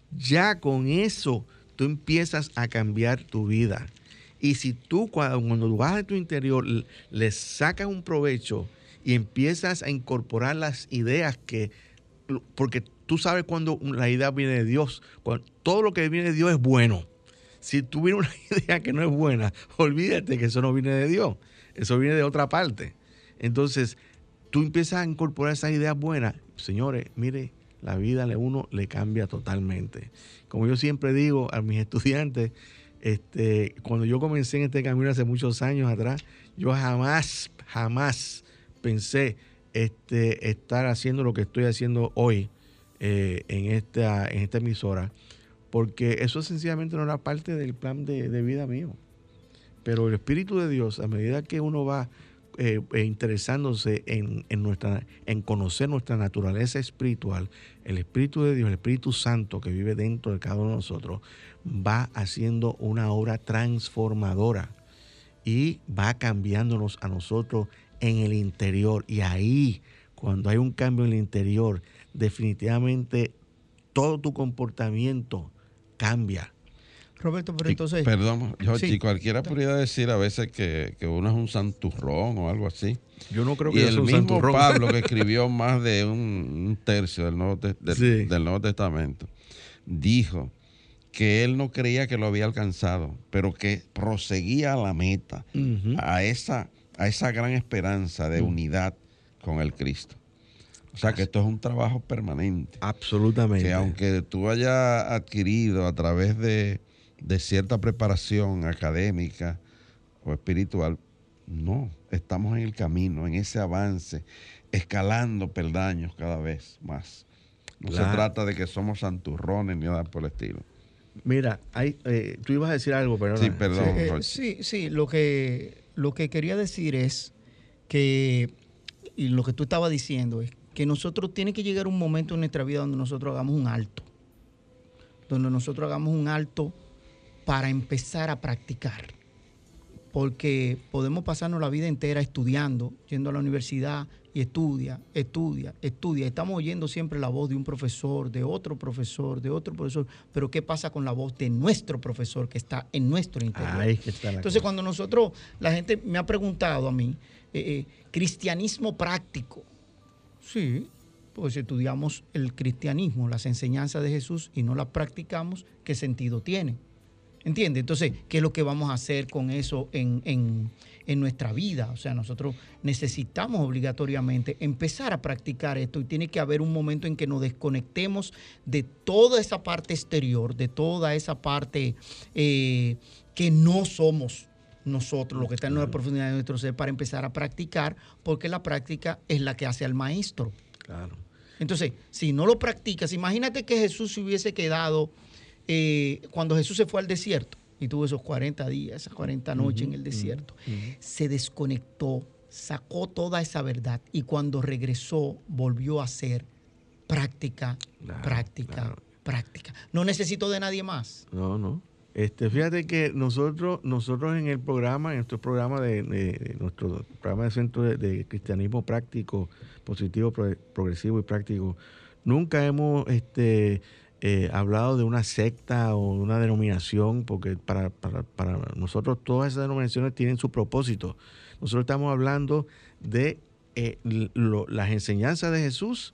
ya con eso tú empiezas a cambiar tu vida. Y si tú, cuando, cuando vas a tu interior, le sacas un provecho y empiezas a incorporar las ideas que, porque tú sabes cuando la idea viene de Dios, cuando todo lo que viene de Dios es bueno. Si tú vienes una idea que no es buena, olvídate que eso no viene de Dios, eso viene de otra parte. Entonces, tú empiezas a incorporar esas ideas buenas. Señores, mire, la vida de uno le cambia totalmente. Como yo siempre digo a mis estudiantes, este, cuando yo comencé en este camino hace muchos años atrás, yo jamás, jamás pensé este, estar haciendo lo que estoy haciendo hoy eh, en, esta, en esta emisora, porque eso sencillamente no era parte del plan de, de vida mío. Pero el Espíritu de Dios, a medida que uno va Eh, interesándose en, en, nuestra, en conocer nuestra naturaleza espiritual, el Espíritu de Dios, el Espíritu Santo que vive dentro de cada uno de nosotros, va haciendo una obra transformadora y va cambiándonos a nosotros en el interior. Y ahí, cuando hay un cambio en el interior, definitivamente todo tu comportamiento cambia. Roberto, pero entonces... Y, perdón, yo, sí. y cualquiera podría decir a veces que, que uno es un santurrón o algo así. Yo no creo que y yo el sea un mismo santurrón. Pablo, que escribió más de un, un tercio del Nuevo, de, sí. del Nuevo Testamento, dijo que él no creía que lo había alcanzado, pero que proseguía a la meta, uh-huh. a, esa, a esa gran esperanza de uh-huh. unidad con el Cristo. O sea, que esto es un trabajo permanente. Absolutamente. Que aunque tú hayas adquirido a través de de cierta preparación académica o espiritual, no, estamos en el camino, en ese avance, escalando peldaños cada vez más. No claro. se trata de que somos santurrones ni nada por el estilo. Mira, hay, eh, tú ibas a decir algo, pero sí, perdón. Sí, eh, sí, sí, lo que, lo que quería decir es que, y lo que tú estabas diciendo es que nosotros tiene que llegar un momento en nuestra vida donde nosotros hagamos un alto, donde nosotros hagamos un alto para empezar a practicar. porque podemos pasarnos la vida entera estudiando, yendo a la universidad y estudia, estudia, estudia. Estamos oyendo siempre la voz de un profesor, de otro profesor, de otro profesor, pero ¿qué pasa con la voz de nuestro profesor que está en nuestro interior? Ahí que está la Entonces, cosa. cuando nosotros, la gente me ha preguntado a mí, eh, eh, cristianismo práctico. Sí, pues si estudiamos el cristianismo, las enseñanzas de Jesús y no las practicamos, ¿qué sentido tiene? ¿Entiendes? Entonces, ¿qué es lo que vamos a hacer con eso en, en, en nuestra vida? O sea, nosotros necesitamos obligatoriamente empezar a practicar esto y tiene que haber un momento en que nos desconectemos de toda esa parte exterior, de toda esa parte eh, que no somos nosotros, lo que está en la profundidad de nuestro ser, para empezar a practicar, porque la práctica es la que hace al maestro. Claro. Entonces, si no lo practicas, imagínate que Jesús se hubiese quedado... Eh, cuando Jesús se fue al desierto y tuvo esos cuarenta días, esas cuarenta noches uh-huh, en el desierto, uh-huh. se desconectó, sacó toda esa verdad y cuando regresó volvió a hacer práctica, claro, práctica, claro. práctica. No necesito de nadie más. No, no. Este, fíjate que nosotros, nosotros en el programa, en nuestro programa de, de, de nuestro programa de Centro de, de Cristianismo Práctico, Positivo, Progresivo y Práctico, nunca hemos este Eh, hablado de una secta o de una denominación, porque para, para, para nosotros todas esas denominaciones tienen su propósito. Nosotros estamos hablando de eh, lo, las enseñanzas de Jesús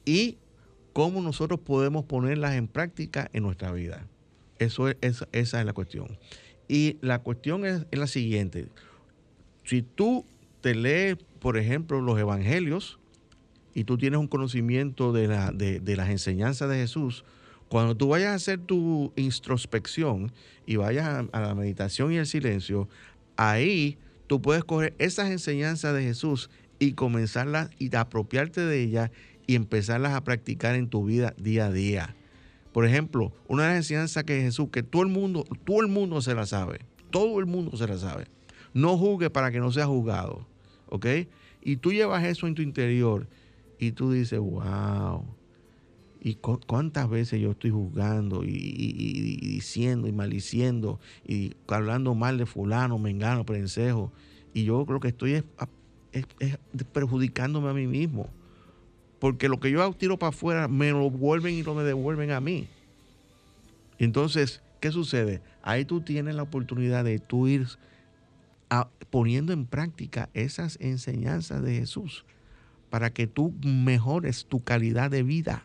y cómo nosotros podemos ponerlas en práctica en nuestra vida. Eso es, esa, esa es la cuestión. Y la cuestión es, es la siguiente. Si tú te lees, por ejemplo, los evangelios y tú tienes un conocimiento de, la, de, de las enseñanzas de Jesús, cuando tú vayas a hacer tu introspección y vayas a, a la meditación y el silencio, ahí tú puedes coger esas enseñanzas de Jesús y comenzarlas y apropiarte de ellas y empezarlas a practicar en tu vida día a día. Por ejemplo, una de las enseñanzas que Jesús, que todo el mundo, todo el mundo se la sabe, todo el mundo se la sabe. No juzgue para que no sea juzgado, ¿ok? Y tú llevas eso en tu interior y tú dices, wow. Y cu- cuántas veces yo estoy juzgando y, y, y, y diciendo y maldiciendo y hablando mal de fulano, mengano, prensejo. Y yo creo que estoy es, es, es perjudicándome a mí mismo. Porque lo que yo tiro para afuera me lo vuelven y lo me devuelven a mí. Entonces, ¿qué sucede? Ahí tú tienes la oportunidad de tú ir a, poniendo en práctica esas enseñanzas de Jesús para que tú mejores tu calidad de vida.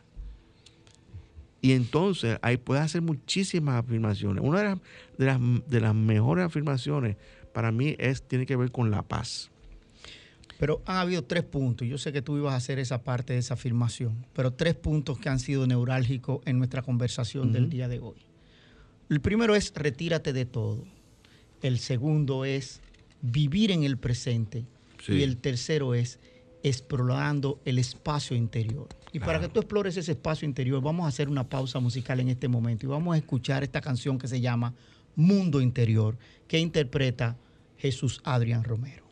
Y entonces ahí puedes hacer muchísimas afirmaciones. Una de las, de las, de las mejores afirmaciones para mí es, tiene que ver con la paz. Pero han habido tres puntos. Yo sé que tú ibas a hacer esa parte de esa afirmación, pero tres puntos que han sido neurálgicos en nuestra conversación uh-huh. del día de hoy. El primero es retírate de todo. El segundo es vivir en el presente. Sí. Y el tercero es explorando el espacio interior. Y claro. para que tú explores ese espacio interior, vamos a hacer una pausa musical en este momento y vamos a escuchar esta canción que se llama Mundo Interior, que interpreta Jesús Adrián Romero.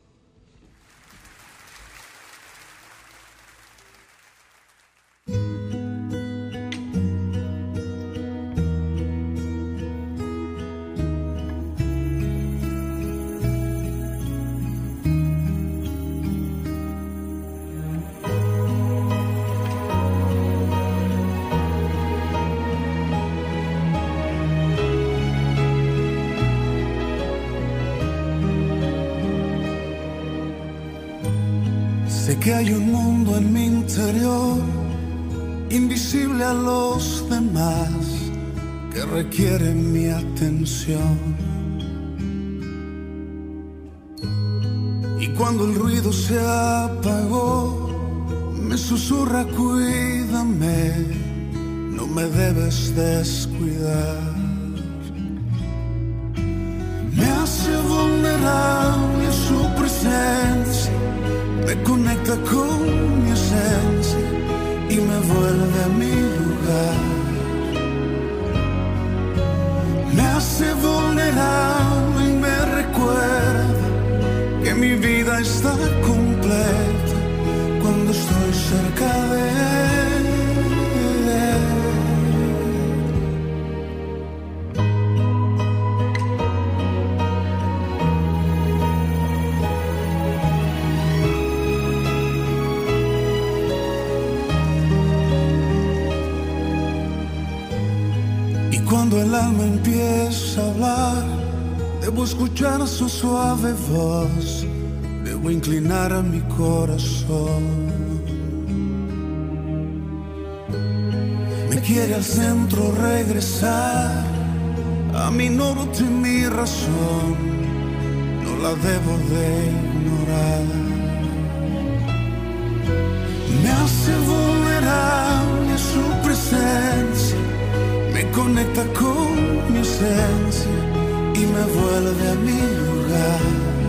Que hay un mundo en mi interior, invisible a los demás, que requiere mi atención. Y cuando el ruido se apagó, me susurra, cuídame, no me debes descuidar. Me hace vulnerable a su presencia, me conecta con mi esencia y me vuelve a mi lugar. Me hace vulnerable y me recuerda que mi vida está completa cuando estoy cerca de él. el alma empieza a hablar, debo escuchar su suave voz, debo inclinar a mi corazón. Me quiere al centro regresar, a mi norte y mi razón, no la debo de ignorar. Me hace vulnerable su presencia, me conecta con mi esencia y me vuelve a mi lugar.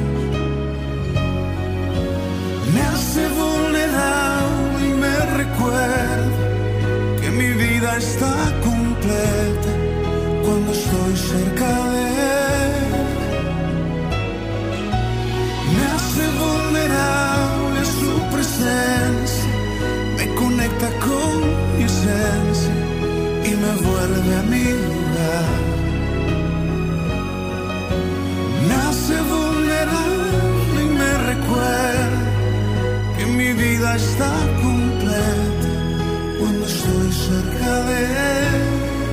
Me hace vulnerable y me recuerda que mi vida está completa cuando estoy cerca de él. Me hace vulnerable su presencia, me conecta con mi esencia y me vuelve a mi lugar. Me hace vulnerable y me recuerda que mi vida está completa cuando estoy cerca de él.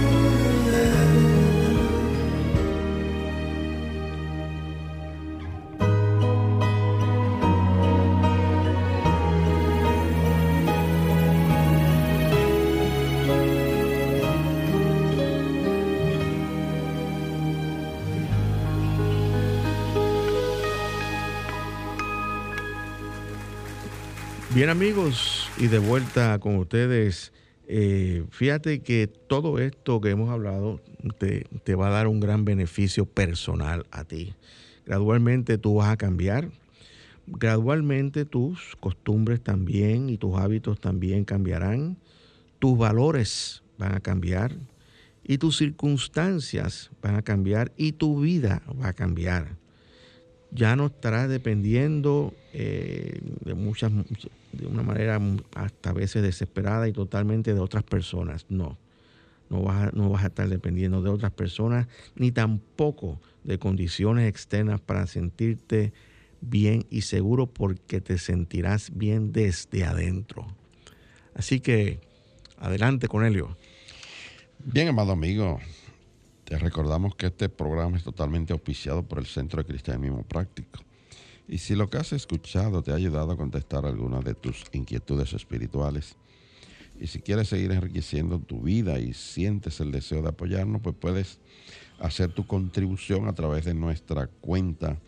Bien, amigos, y de vuelta con ustedes. Eh, fíjate que todo esto que hemos hablado te, te va a dar un gran beneficio personal a ti. Gradualmente tú vas a cambiar, gradualmente tus costumbres también y tus hábitos también cambiarán, tus valores van a cambiar y tus circunstancias van a cambiar y tu vida va a cambiar. Ya no estarás dependiendo eh, de muchas, de una manera hasta a veces desesperada y totalmente de otras personas. No, no vas a, no vas a estar dependiendo de otras personas ni tampoco de condiciones externas para sentirte bien y seguro, porque te sentirás bien desde adentro. Así que adelante, Cornelio. Bien, amado amigo. Te recordamos que este programa es totalmente auspiciado por el Centro de Cristianismo Práctico. Y si lo que has escuchado te ha ayudado a contestar algunas de tus inquietudes espirituales, y si quieres seguir enriqueciendo tu vida y sientes el deseo de apoyarnos, pues puedes hacer tu contribución a través de nuestra cuenta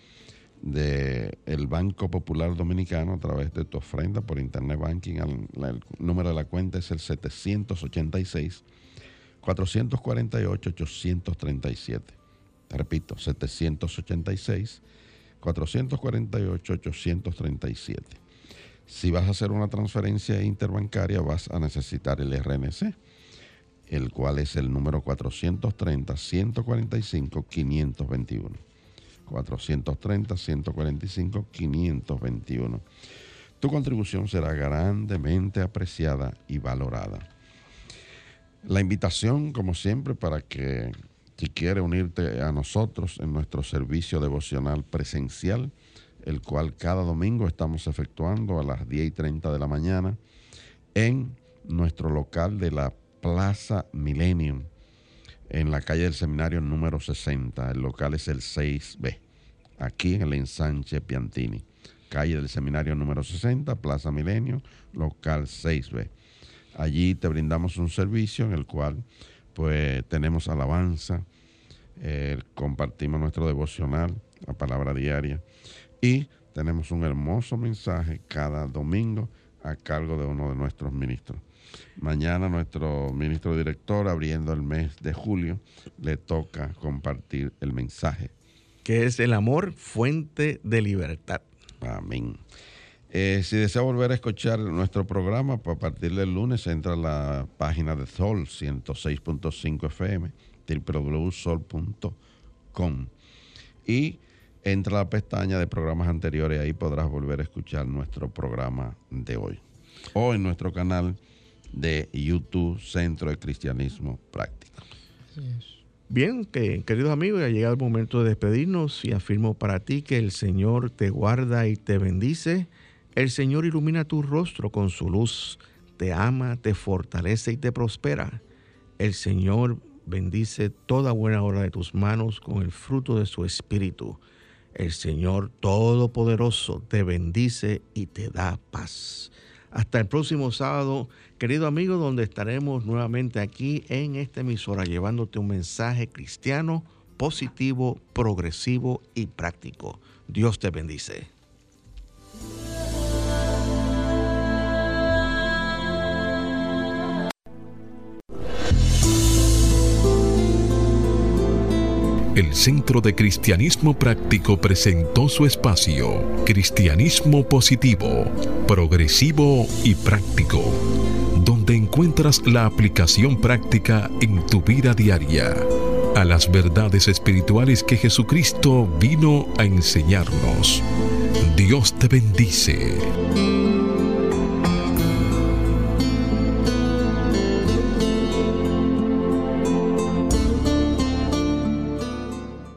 del Banco Popular Dominicano, a través de tu ofrenda por Internet Banking. El, el número de la cuenta es el setecientos ochenta y seis, cuatrocientos cuarenta y ocho, ochocientos treinta y siete. Te repito, setecientos ochenta y seis, cuatrocientos cuarenta y ocho, ochocientos treinta y siete. Si vas a hacer una transferencia interbancaria, vas a necesitar el R N C, el cual es el número cuatrocientos treinta, ciento cuarenta y cinco, quinientos veintiuno. cuatrocientos treinta, ciento cuarenta y cinco, quinientos veintiuno. Tu contribución será grandemente apreciada y valorada. La invitación, como siempre, para que si quieres unirte a nosotros en nuestro servicio devocional presencial, el cual cada domingo estamos efectuando a las diez y treinta de la mañana en nuestro local de la Plaza Millennium, en la calle del Seminario número sesenta. El local es el seis B, aquí en el ensanche Piantini. Calle del Seminario número sesenta, Plaza Millennium, local seis B. Allí te brindamos un servicio en el cual pues tenemos alabanza, eh, compartimos nuestro devocional, la palabra diaria, y tenemos un hermoso mensaje cada domingo a cargo de uno de nuestros ministros. Mañana nuestro ministro director, abriendo el mes de julio, le toca compartir el mensaje, que es el amor, fuente de libertad. Amén. Eh, si desea volver a escuchar nuestro programa, pues a partir del lunes entra a la página de Sol ciento seis punto cinco F M, doble u doble u doble u punto sol punto com, y entra a la pestaña de programas anteriores. Ahí podrás volver a escuchar nuestro programa de hoy. O en nuestro canal de YouTube, Centro de Cristianismo Práctico. Así es. Bien, que, queridos amigos, ha llegado el momento de despedirnos y afirmo para ti que el Señor te guarda y te bendice. El Señor ilumina tu rostro con su luz, te ama, te fortalece y te prospera. El Señor bendice toda buena obra de tus manos con el fruto de su espíritu. El Señor Todopoderoso te bendice y te da paz. Hasta el próximo sábado, querido amigo, donde estaremos nuevamente aquí en esta emisora llevándote un mensaje cristiano, positivo, progresivo y práctico. Dios te bendice. El Centro de Cristianismo Práctico presentó su espacio Cristianismo Positivo, Progresivo y Práctico, donde encuentras la aplicación práctica en tu vida diaria a las verdades espirituales que Jesucristo vino a enseñarnos. Dios te bendice.